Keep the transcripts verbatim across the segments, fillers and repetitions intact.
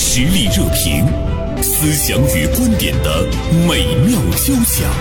实力热评，思想与观点的美妙交响。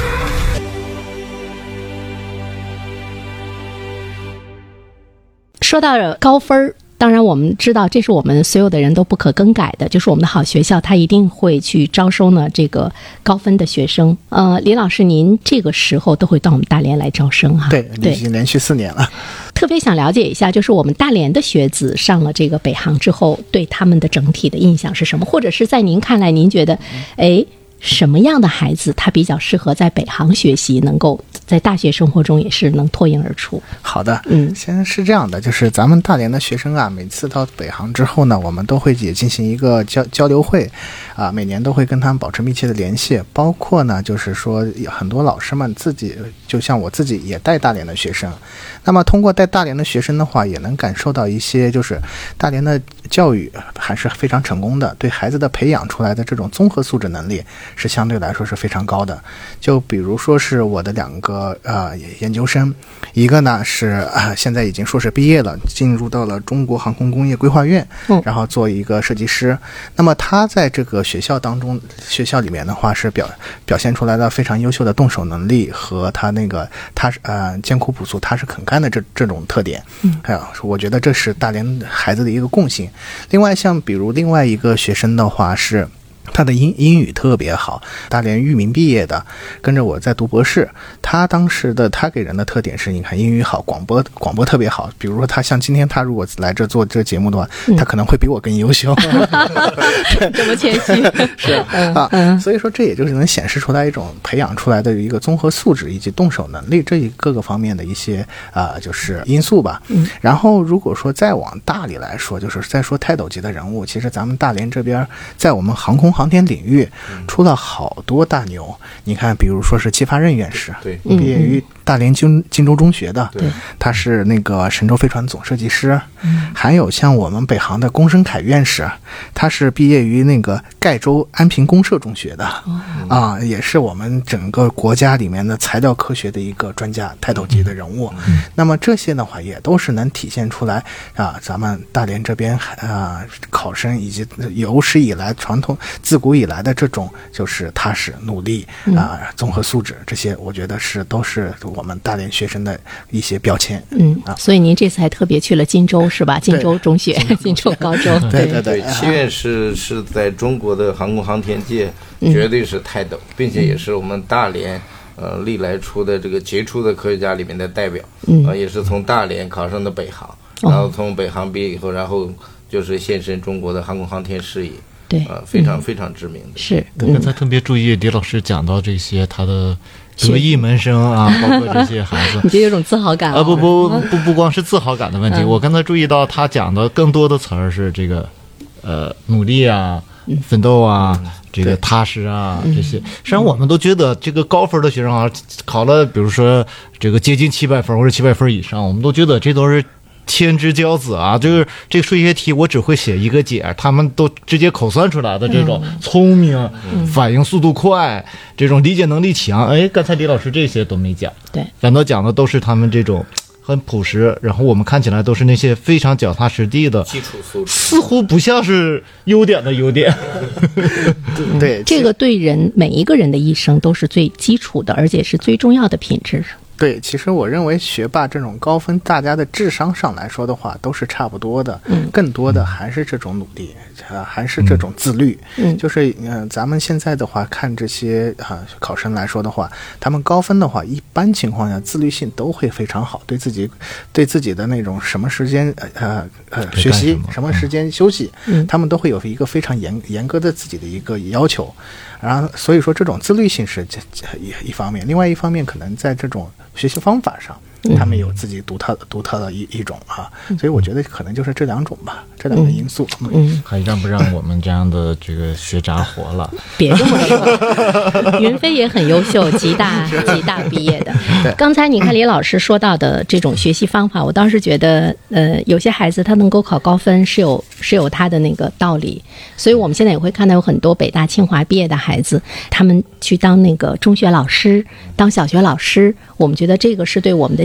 说到高分，当然我们知道这是我们所有的人都不可更改的，就是我们的好学校它一定会去招收呢这个高分的学生。呃，李老师您这个时候都会到我们大连来招生哈？ 对，已经连续四年了。 特别想了解一下，就是我们大连的学子上了这个北航之后，对他们的整体的印象是什么？或者是在您看来，您觉得哎什么样的孩子他比较适合在北航学习，能够在大学生活中也是能脱颖而出？ 好的，嗯，现在是这样的，就是咱们大连的学生啊，每次到北航之后呢，我们都会也进行一个交交流会，啊，每年都会跟他们保持密切的联系，包括呢，就是说很多老师们自己，就像我自己也带大连的学生，那么通过带大连的学生的话，也能感受到一些就是大连的教育还是非常成功的，对孩子的培养出来的这种综合素质能力是相对来说是非常高的。就比如说是我的两个呃研究生，一个呢是呃现在已经硕士毕业了，进入到了中国航空工业规划院，然后做一个设计师。那么他在这个学校当中，学校里面的话是表表现出来的非常优秀的动手能力和他那个他呃艰苦朴素、踏实肯干的这这种特点。嗯，还有我觉得这是大连孩子的一个共性。另外像比如另外一个学生的话是。他的英英语特别好，大连育民毕业的，跟着我在读博士。他当时的他给人的特点是，你看英语好，广播广播特别好。比如说他像今天他如果来这做这个节目的话，嗯、他可能会比我更优秀。 这么谦虚是啊、嗯，所以说这也就是能显示出来一种培养出来的一个综合素质以及动手能力这一各个方面的一些啊、呃、就是因素吧。嗯，然后如果说再往大里来说，就是再说泰斗级的人物，其实咱们大连这边在我们航空航天领域出了好多大牛，你看比如说是戚发任院士，对，毕业于大连荆荆州中学的，对，他是那个神舟飞船总设计师。嗯，还有像我们北航的龚申凯院士，他是毕业于那个盖州安平公社中学的。哦，啊，也是我们整个国家里面的材料科学的一个专家，泰斗级的人物。嗯，那么这些的话也都是能体现出来啊，咱们大连这边啊考生以及有史以来传统自古以来的这种就是踏实努力啊综合素质，这些我觉得是都是我们大连学生的一些标签。嗯，啊， 所以您这次还特别去了荆州是吧？荆州中学、荆州高中。 对对对， 戚院士是在中国的航空航天界绝对是泰斗，嗯、并且也是我们大连呃历来出的这个杰出的科学家里面的代表。嗯，呃、也是从大连考上的北航，然后从北航毕业以后，然后就是献身中国的航空航天事业。 对， 呃，非常非常知名的。 是， 刚才特别注意李老师讲到这些他的得意门生啊，包括这些孩子， 你这有种自豪感啊？ 啊不不不不光是自豪感的问题，嗯、我刚才注意到他讲的更多的词儿是这个，呃，努力啊，奋斗啊。嗯这个踏实啊，这些，实际上我们都觉得这个高分的学生啊，考了比如说这个接近七百分或者七百分以上，我们都觉得这都是天之骄子啊，就是这个数学题我只会写一个解，他们都直接口算出来的这种聪明、嗯、反应速度快，这种理解能力强。哎，刚才李老师这些都没讲， 对， 反倒讲的都是他们这种很朴实，然后我们看起来都是那些非常脚踏实地的基础素质， 似乎不像是优点的优点。 对， 这个对人每一个人的一生都是最基础的，而且是最重要的品质。 对，其实我认为学霸这种高分，大家的智商上来说的话都是差不多的，嗯，更多的还是这种努力，呃，还是这种自律。嗯，就是嗯、呃，咱们现在的话看这些啊、呃、考生来说的话，他们高分的话，一般情况下自律性都会非常好，对自己对自己的那种什么时间呃呃学习，什么时间休息，嗯，他们都会有一个非常严严格的自己的一个要求。然后所以说这种自律性是一一方面，另外一方面可能在这种学习方法上，他们有自己独特的独特的一一种啊，所以我觉得可能就是这两种吧，这两个因素。 嗯，还让不让我们这样的这个学渣活了？ 别这么说，云飞也很优秀，吉大吉大毕业的。刚才你看李老师说到的这种学习方法，我倒是觉得，呃，有些孩子他能够考高分是有是有他的那个道理，所以我们现在也会看到有很多北大清华毕业的孩子，他们去当那个中学老师，当小学老师，我们觉得这个是对我们的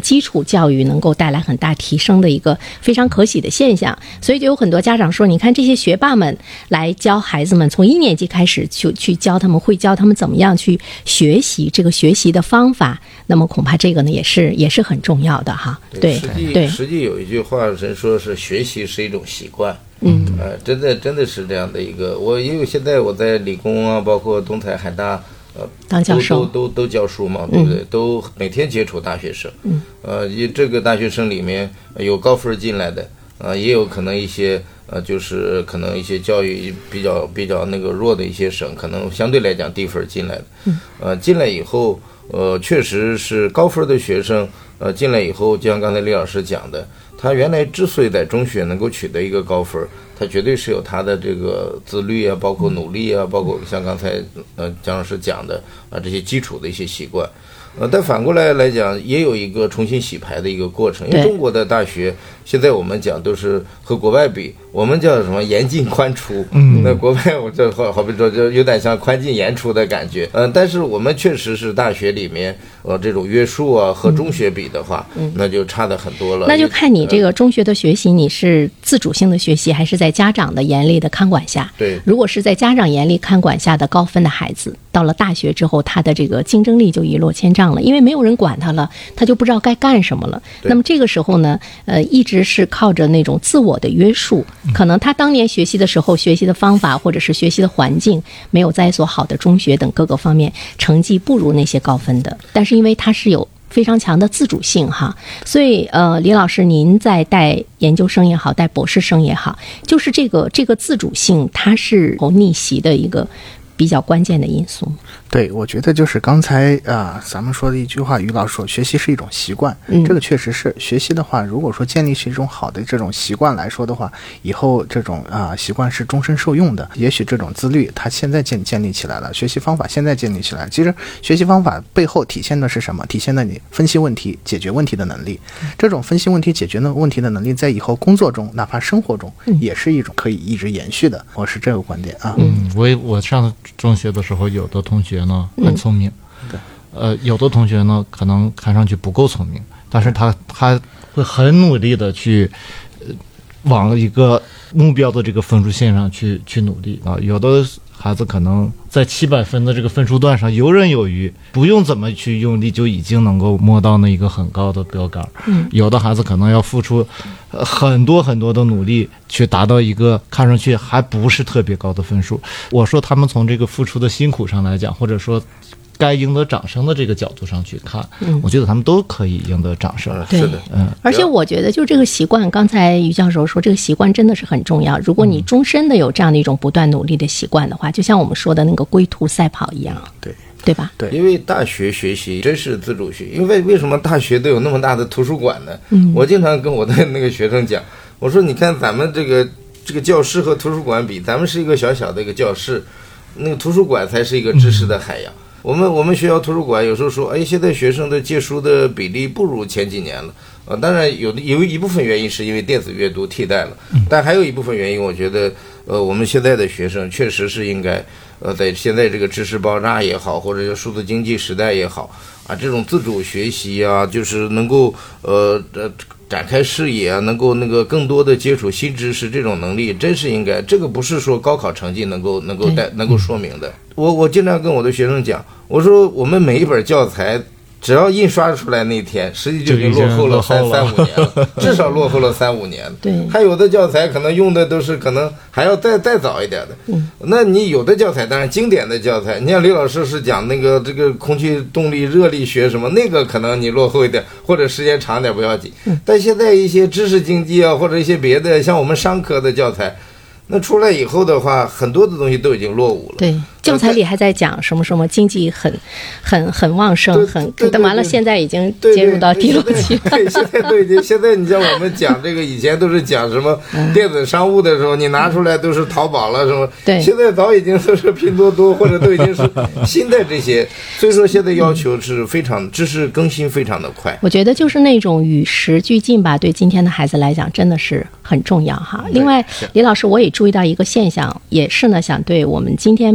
基础教育能够带来很大提升的一个非常可喜的现象。所以就有很多家长说，你看这些学霸们来教孩子们，从一年级开始去去教他们，会教他们怎么样去学习这个学习的方法，那么恐怕这个呢也是也是很重要的哈。对实际对， 实际有一句话人说是学习是一种习惯。嗯，呃，真的真的是这样的一个，我因为现在我在理工啊，包括东财、海大，呃， 当教授都都都都教书嘛，对不对？嗯、都每天接触大学生，嗯，呃，这个大学生里面有高分进来的，呃，也有可能一些呃，就是可能一些教育比较比较那个弱的一些省，可能相对来讲低分进来的，嗯，呃，进来以后，呃，确实是高分的学生，呃，进来以后，就像刚才李老师讲的。他原来之所以在中学能够取得一个高分，他绝对是有他的这个自律啊，包括努力啊，包括像刚才呃姜老师讲的啊这些基础的一些习惯，呃，但反过来来讲，也有一个重新洗牌的一个过程。因为中国的大学现在我们讲都是和国外比，我们叫什么严进宽出，嗯，那国外我这好好比说就有点像宽进严出的感觉，嗯、呃，但是我们确实是大学里面呃这种约束啊和中学比的话，嗯，那就差的很多了。 那就看你这个中学的学习，你是自主性的学习，还是在家长的严厉的看管下？ 对， 如果是在家长严厉看管下的高分的孩子，到了大学之后，他的这个竞争力就一落千丈了，因为没有人管他了，他就不知道该干什么了。那么这个时候呢，呃，一直是靠着那种自我的约束，可能他当年学习的时候，学习的方法或者是学习的环境没有在一所好的中学等各个方面成绩不如那些高分的，但是因为他是有非常强的自主性哈，所以呃，李老师您在带研究生也好，带博士生也好，就是这个这个自主性，它是逆袭的一个比较关键的因素。 对，我觉得就是刚才啊、呃，咱们说的一句话，于老师说，学习是一种习惯，嗯，这个确实是学习的话，如果说建立起一种好的这种习惯来说的话，以后这种啊、呃、习惯是终身受用的。也许这种自律，它现在建建立起来了，学习方法现在建立起来了。其实学习方法背后体现的是什么？体现了你分析问题、解决问题的能力。这种分析问题、解决的问题的能力，在以后工作中，哪怕生活中，也是一种可以一直延续的。我是这个观点啊。 嗯，我我上中学的时候，有的同学呢很聪明， 对， 呃，有的同学呢可能看上去不够聪明，但是他他会很努力的去、呃、往一个目标的这个分数线上去去努力啊。有的孩子可能在七百分的这个分数段上游刃有余，不用怎么去用力就已经能够摸到那一个很高的标杆。嗯，有的孩子可能要付出、呃、很多很多的努力去达到一个看上去还不是特别高的分数。我说他们从这个付出的辛苦上来讲，或者说该赢得掌声的这个角度上去看，嗯，我觉得他们都可以赢得掌声。 对， 是的， 嗯，而且我觉得就这个习惯，刚才于教授说这个习惯真的是很重要。如果你终身的有这样的一种不断努力的习惯的话，就像我们说的那个龟兔赛跑一样， 对， 对吧？ 对， 因为大学学习真是自主学，因为为什么大学都有那么大的图书馆呢？嗯，我经常跟我的那个学生讲，我说你看咱们这个这个教室和图书馆比，咱们是一个小小的一个教室，那个图书馆才是一个知识的海洋。嗯，我们我们学校图书馆有时候说，哎，现在学生的借书的比例不如前几年了。呃，当然有的有一部分原因是因为电子阅读替代了，但还有一部分原因，我觉得，呃，我们现在的学生确实是应该，呃，在现在这个知识爆炸也好，或者叫数字经济时代也好，啊，这种自主学习啊，就是能够呃呃展开视野啊，能够那个更多的接触新知识，这种能力真是应该，这个不是说高考成绩能够能够带能够说明的。我我经常跟我的学生讲，我说我们每一本教材只要印刷出来那天，实际就已经落后了三三五年了，至少落后了三五年。 对， 还有的教材可能用的都是可能还要再再早一点的。嗯，那你有的教材，当然经典的教材，你像李老师是讲那个这个空气动力热力学什么，那个可能你落后一点，或者时间长点不要紧。嗯，但现在一些知识经济啊，或者一些别的，像我们商科的教材。那出来以后的话，很多的东西都已经落伍了。 对，教材里还在讲什么什么经济很、很、很旺盛，很，等完了，现在已经接入到低落期了。 对，现在都已经，现在你像我们讲这个，以前都是讲什么电子商务的时候，你拿出来都是淘宝了什么。 对， 现在早已经都是拼多多，或者都已经是新的这些。所以说，现在要求是非常知识更新非常的快。 我觉得就是那种与时俱进吧，对今天的孩子来讲，真的是很重要哈。另外，李老师，我也注意到一个现象，也是呢，想对我们今天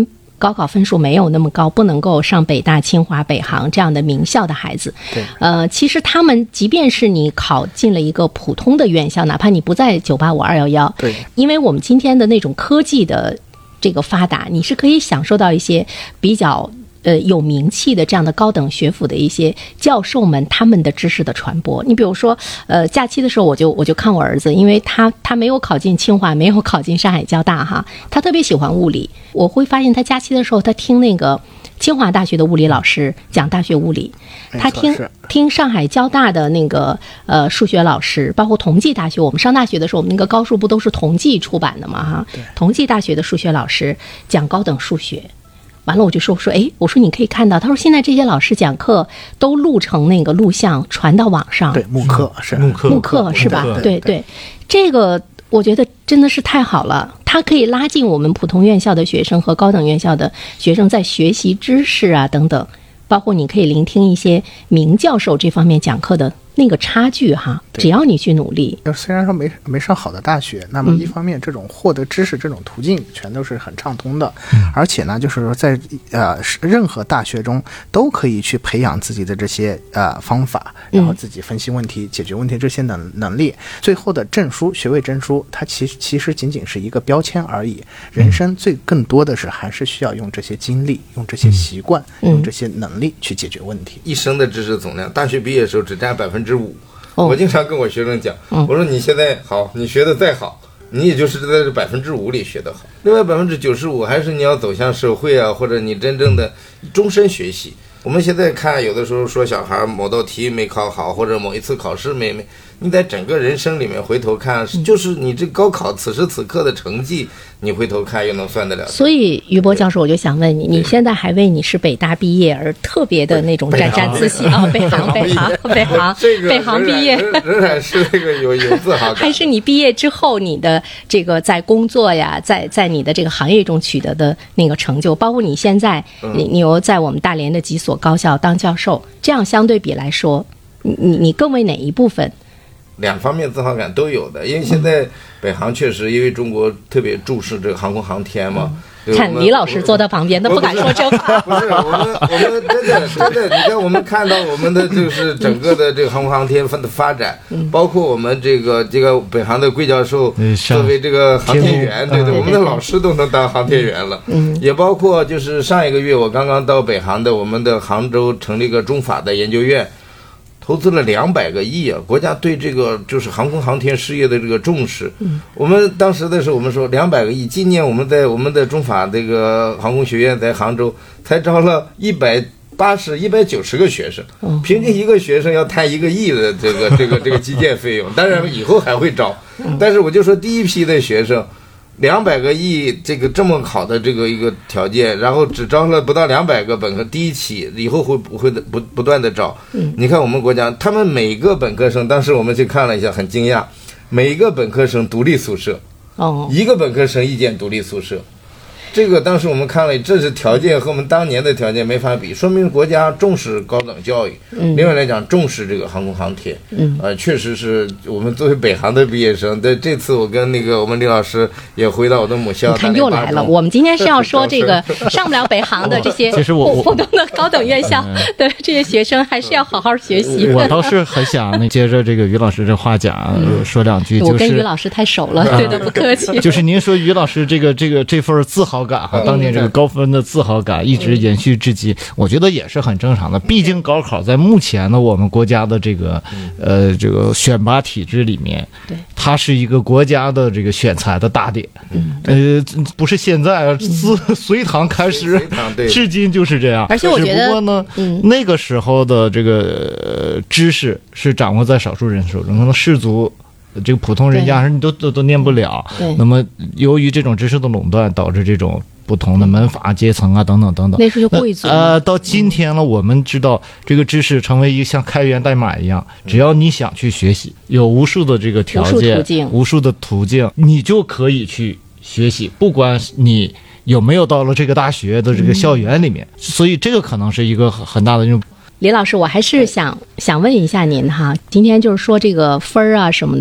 高考分数没有那么高，不能够上北大、清华、北航这样的名校的孩子， 对， 呃，其实他们即便是你考进了一个普通的院校，哪怕你不在九八五、二一一， 对， 因为我们今天的那种科技的这个发达，你是可以享受到一些比较呃有名气的这样的高等学府的一些教授们他们的知识的传播。你比如说，呃，假期的时候我就我就看我儿子，因为他他没有考进清华，没有考进上海交大哈，他特别喜欢物理。我会发现他假期的时候，他听那个清华大学的物理老师讲大学物理，他听听上海交大的那个呃数学老师，包括同济大学，我们上大学的时候，我们那个高数不都是同济出版的嘛哈？同济大学的数学老师讲高等数学。完了我就说我说哎，我说你可以看到，他说现在这些老师讲课都录成那个录像传到网上， 对，慕课是慕课慕课是吧？对 对, 对，这个我觉得真的是太好了，它可以拉近我们普通院校的学生和高等院校的学生在学习知识啊等等，包括你可以聆听一些名教授这方面讲课的那个差距哈，只要你去努力。 就虽然说没没上好的大学，那么一方面这种获得知识这种途径全都是很畅通的，嗯、而且呢，就是说在呃任何大学中都可以去培养自己的这些呃方法，然后自己分析问题、嗯、解决问题这些能能力。最后的证书、学位证书，它其实其实仅仅是一个标签而已。人生最更多的是还是需要用这些经历、用这些习惯、嗯、用这些能力去解决问题。 一生的知识总量，大学毕业的时候只占百分之之五，我经常跟我学生讲，我说你现在好，你学的再好，你也就是在这百分之五里学得好，另外百分之九十五还是你要走向社会啊，或者你真正的终身学习。我们现在看，有的时候说小孩某道题没考好，或者某一次考试没没，你在整个人生里面回头看，就是你这高考此时此刻的成绩，你回头看又能算得了。 所以于波教授，我就想问你，你现在还为你是北大毕业而特别的那种沾沾自喜啊？北航，北航，北航，北航毕业， 仍然是这个有有自豪感。 还是你毕业之后，你的这个在工作呀，在在你的这个行业中取得的那个成就，包括你现在，你你又在我们大连的几所高校当教授，这样相对比来说，你你你更为哪一部分？ 两方面自豪感都有的，因为现在北航确实因为中国特别重视这个航空航天嘛。 嗯、看李老师坐到旁边都不敢说这话。 不是我们我们真的真的，你看我们看到我们的就是整个的这个航空航天的发展，嗯、包括我们这个这个北航的桂教授作为这个航天员，对对，我们的老师都能当航天员了。嗯，也包括就是上一个月我刚刚到北航的我们的杭州成立一个中法的研究院。投资了两百个亿啊！国家对这个就是航空航天事业的这个重视，嗯，我们当时的时候我们说两百个亿，今年我们在我们的中法这个航空学院在杭州才招了一百八十、一百九十个学生，嗯，平均一个学生要摊一个亿的这个这个这个基建费用，当然以后还会招，但是我就说第一批的学生。两百个亿，这个这么好的这个一个条件，然后只招了不到两百个本科第一期，以后会不会不不断的招？嗯，你看我们国家，他们每个本科生，当时我们去看了一下，很惊讶，每一个本科生独立宿舍，哦，一个本科生一间独立宿舍。这个当时我们看了，这是条件和我们当年的条件没法比，说明国家重视高等教育。嗯，另外来讲，重视这个航空航天。嗯，呃，确实是我们作为北航的毕业生，对这次我跟那个我们李老师也回到我的母校。 你看又来了，我们今天是要说这个上不了北航的这些普通的高等院校的这些学生，还是要好好学习。 我倒是很想接着这个于老师这话讲，说两句。就是我跟于老师太熟了，对的，不客气。 就是您说于老师这个这个这份自豪感哈，当年这个高分的自豪感一直延续至今，我觉得也是很正常的。毕竟高考在目前的我们国家的这个呃这个选拔体制里面，它是一个国家的这个选材的大典。呃，不是现在，自隋唐开始，至今就是这样。 而且我觉得， 只不过呢，那个时候的这个知识是掌握在少数人手中，可能士族。这个普通人家你都都都念不了，那么由于这种知识的垄断，导致这种不同的门阀阶层啊等等等等， 那时候就贵族。 呃，到今天了，我们知道这个知识成为一个像开源代码一样，只要你想去学习，有无数的这个条件，无数的途径，你就可以去学习，不管你有没有到了这个大学的这个校园里面，所以这个可能是一个很大的这种。 李老师，我还是想想问一下您哈，今天就是说这个分儿啊什么的，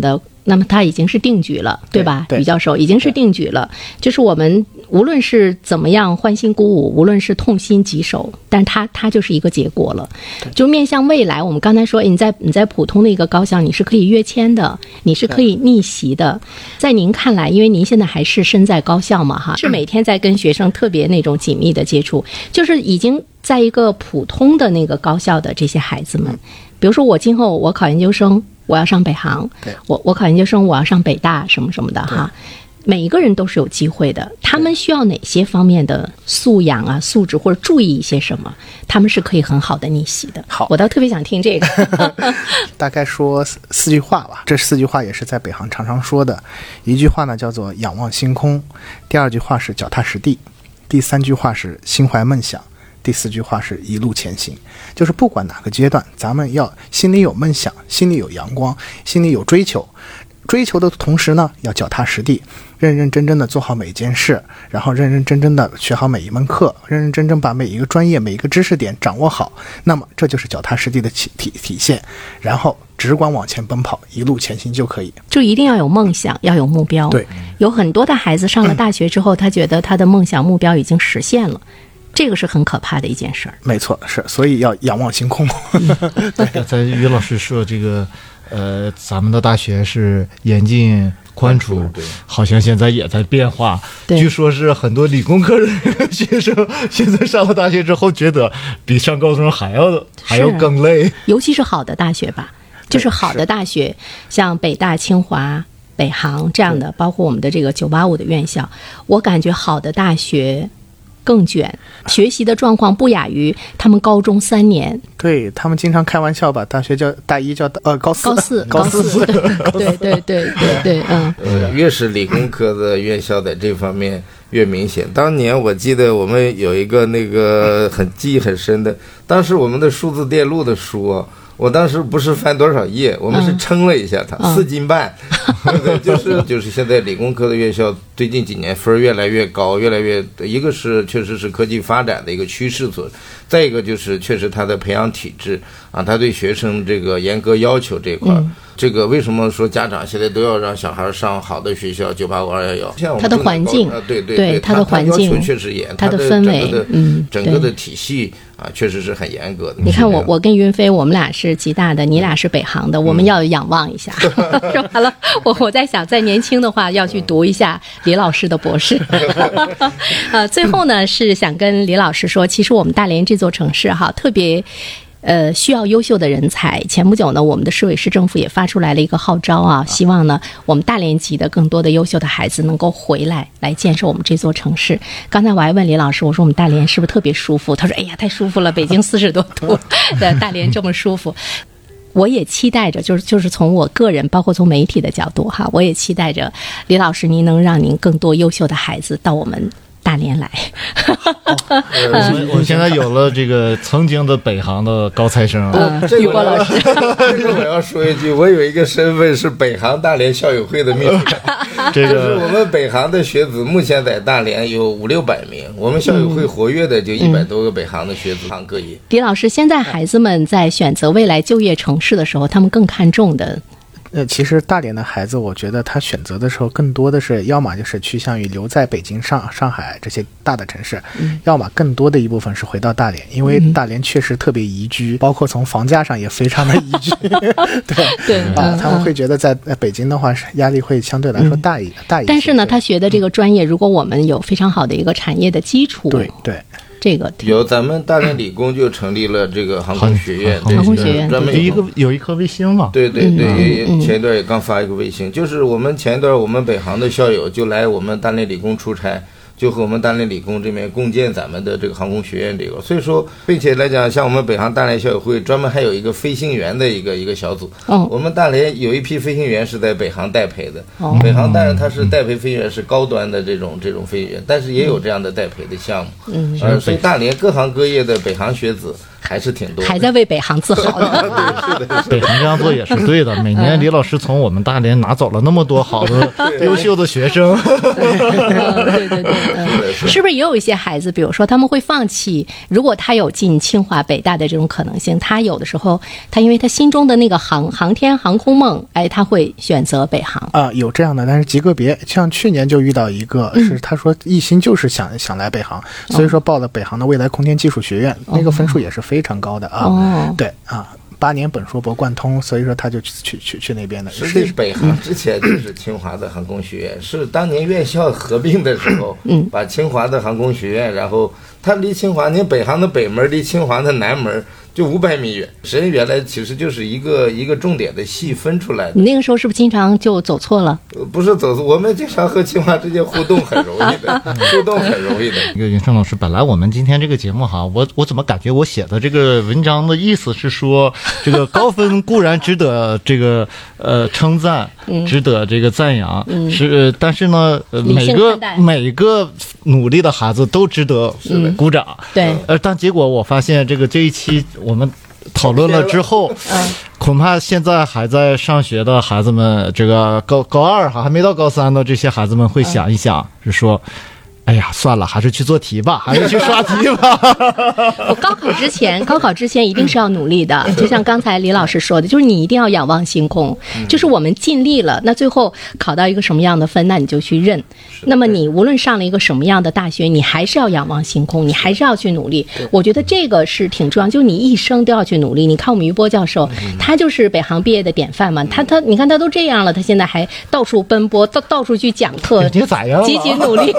那么它已经是定局了，对吧？ 对对于教授已经是定局了，就是我们无论是怎么样欢欣鼓舞，无论是痛心疾首，但它它就是一个结果了。就面向未来，我们刚才说，你在你在普通的一个高校，你是可以跃迁的，你是可以逆袭的。在您看来，因为您现在还是身在高校嘛，哈，是每天在跟学生特别那种紧密的接触，就是已经在一个普通的那个高校的这些孩子们，比如说我今后我考研究生，我要上北航，我我考研究生我要上北大什么什么的哈，每一个人都是有机会的。他们需要哪些方面的素养啊、素质，或者注意一些什么，他们是可以很好的逆袭的。 好， 我倒特别想听这个。 大概说四四句话吧，这四句话也是在北航常常说的。一句话呢叫做仰望星空，第二句话是脚踏实地，第三句话是心怀梦想，第四句话是一路前行。就是不管哪个阶段，咱们要心里有梦想，心里有阳光，心里有追求，追求的同时呢要脚踏实地，认认真真的做好每一件事，然后认认真真的学好每一门课，认认真真把每一个专业每一个知识点掌握好，那么这就是脚踏实地的体体体现，然后只管往前奔跑，一路前行就可以。 就一定要有梦想，要有目标。 对， 有很多的孩子上了大学之后，他觉得他的梦想目标已经实现了，这个是很可怕的一件事儿。 没错，是，所以要仰望星空。 刚才于老师说这个，呃，咱们的大学是严进宽出，好像现在也在变化。据说是很多理工科的学生现在上了大学之后，觉得比上高中还要还要更累， 尤其是好的大学吧，就是好的大学，像北大、清华、北航这样的，包括我们的这个九八五的院校，我感觉好的大学更卷，学习的状况不亚于他们高中三年。 对，他们经常开玩笑把大学叫大一叫呃高四高四高四， 对对对对对对，嗯， 呃，越是理工科的院校在这方面越明显。当年我记得我们有一个那个很记忆很深的，当时我们的数字电路的书啊，我当时不是翻多少页，我们是称了一下它，嗯、四斤半。对，就是就是现在理工科的院校最近几年分越来越高，越来越一个是确实是科技发展的一个趋势所，再一个就是确实它的培养体制啊，它对学生这个严格要求这一块。嗯，这个为什么说家长现在都要让小孩上好的学校九八五二幺幺？像我们他的环境， 啊、对对对，他的环境要求确实严， 他的氛围， 嗯，整个的体系啊，确实是很严格的。 你看我，我跟云飞，我们俩是吉大的，你俩是北航的，我们要仰望一下，嗯、说完了，我我在想，再年轻的话，要去读一下李老师的博士。呃，最后呢，是想跟李老师说，其实我们大连这座城市哈，特别。呃，需要优秀的人才。前不久呢，我们的市委市政府也发出来了一个号召啊，希望呢，我们大连籍的更多的优秀的孩子能够回来，来建设我们这座城市。刚才我还问李老师，我说我们大连是不是特别舒服？他说：“哎呀，太舒服了，北京四十多度，的大连这么舒服。”我也期待着，就是就是从我个人，包括从媒体的角度哈，我也期待着李老师，您能让您更多优秀的孩子到我们大连来。 哦、我我现在有了这个曾经的北航的高材生， 嗯，于波老师， 这个我要说一句，我有一个身份是北航大连校友会的秘书长，这个就是我们北航的学子目前在大连有五六百名，我们校友会活跃的就一百多个北航的学子，航各业。 李老师，现在孩子们在选择未来就业城市的时候，他们更看重的。 呃，其实大连的孩子，我觉得他选择的时候更多的是，要么就是趋向于留在北京、上上海这些大的城市，嗯、要么更多的一部分是回到大连，因为大连确实特别宜居，嗯、包括从房价上也非常的宜居。对对啊，他们会觉得在北京的话，压力会相对来说大一、嗯、大一些。 但是呢，他学的这个专业，如果我们有非常好的一个产业的基础， 对对。 这个有咱们大连理工就成立了这个航空学院， 航空学院专门有一个有一颗卫星嘛？ 对对对，嗯、前一段也刚发一个卫星，就是我们前一段我们北航的校友就来我们大连理工出差。就和我们大连理工这边共建咱们的这个航空学院这个，所以说，并且来讲，像我们北航大连校友会专门还有一个飞行员的一个一个小组。哦，我们大连有一批飞行员是在北航代培的。哦，北航当然它是代培飞行员是高端的这种这种飞行员，但是也有这样的代培的项目。嗯，呃，所以大连各行各业的北航学子还是挺多的， 还在为北航自豪的。 对，是的，是的。 北航这样做也是对的。每年李老师从我们大连拿走了那么多好的、优秀的学生。 对对对，嗯，是不是也有一些孩子，比如说他们会放弃，如果他有进清华、北大的这种可能性，他有的时候他因为他心中的那个航航天航空梦，哎，他会选择北航啊、呃，有这样的，但是极个别。像去年就遇到一个， 嗯、 是他说一心就是想想来北航，所以说报了北航的未来空天技术学院，哦、那个分数也是非常高的啊。哦，对啊。八年本硕博贯通，所以说他就去去去去那边的。 实际北航之前就是清华的航空学院，是当年院校合并的时候，嗯，把清华的航空学院，然后它离清华，你北航的北门离清华的南门就五百米远，实际原来其实就是一个一个重点的细分出来的。 你那个时候是不是经常就走错了？ 呃、不是走错，我们经常和清华之间互动很容易的，互动很容易的。 这个云胜老师，本来我们今天这个节目哈，我我怎么感觉我写的这个文章的意思是说，这个高分固然值得这个呃称赞，嗯、值得这个赞扬，嗯、是，但是呢，呃、每个每个努力的孩子都值得鼓掌。 嗯、对， 呃，但结果我发现这个这一期我们讨论了之后，嗯、恐怕现在还在上学的孩子们，这个高高二哈还没到高三的这些孩子们会想一想，是说。哎呀，算了，还是去做题吧，还是去刷题吧。 我高考之前，高考之前一定是要努力的，就像刚才李老师说的，就是你一定要仰望星空，就是我们尽力了，那最后考到一个什么样的分，那你就去认。那么你无论上了一个什么样的大学，你还是要仰望星空，你还是要去努力。我觉得这个是挺重要，就是你一生都要去努力。你看我们于波教授，他就是北航毕业的典范嘛，他他你看他都这样了，他现在还到处奔波，到到处去讲课， 你咋样？ 积极努力。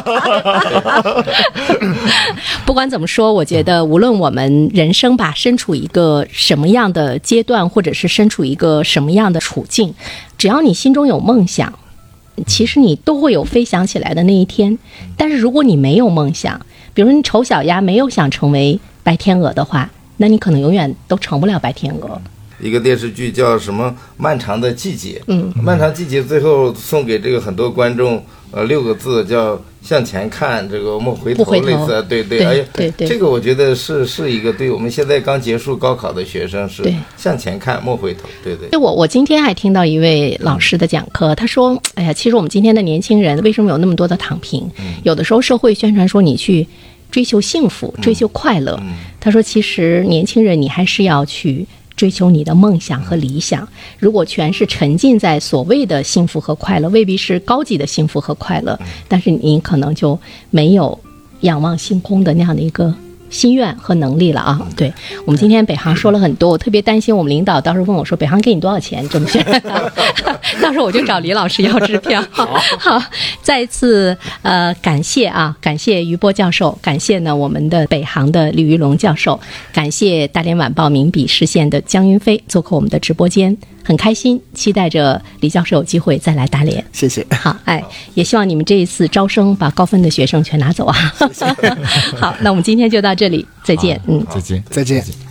不管怎么说，我觉得无论我们人生吧身处一个什么样的阶段，或者是身处一个什么样的处境，只要你心中有梦想，其实你都会有飞翔起来的那一天。但是如果你没有梦想，比如你丑小鸭没有想成为白天鹅的话，那你可能永远都成不了白天鹅。 一个电视剧叫什么《漫长的季节》，嗯，漫长季节最后送给这个很多观众，呃，六个字叫向前看，这个莫回头，类似，对对，哎， 对对， 这个我觉得是是一个对我们现在刚结束高考的学生是向前看莫回头，对对。 我我今天还听到一位老师的讲课，他说，哎呀，其实我们今天的年轻人为什么有那么多的躺平？嗯、有的时候社会宣传说你去追求幸福、追求快乐，嗯嗯、他说其实年轻人你还是要去。追求你的梦想和理想，如果全是沉浸在所谓的幸福和快乐，未必是高级的幸福和快乐，但是你可能就没有仰望星空的那样的一个心愿和能力了啊！对，我们今天北航说了很多，我特别担心我们领导到时候问我说北航给你多少钱这么选，到时候我就找李老师要支票。好，好，再一次呃感谢啊，感谢于波教授，感谢呢我们的北航的李于龙教授，感谢大连晚报名笔视线的江云飞做客我们的直播间。很开心，期待着李教授有机会再来大连。 谢谢。 好，哎，也希望你们这一次招生把高分的学生全拿走啊。好，那我们今天就到这里，再见。 嗯，再见， 再见。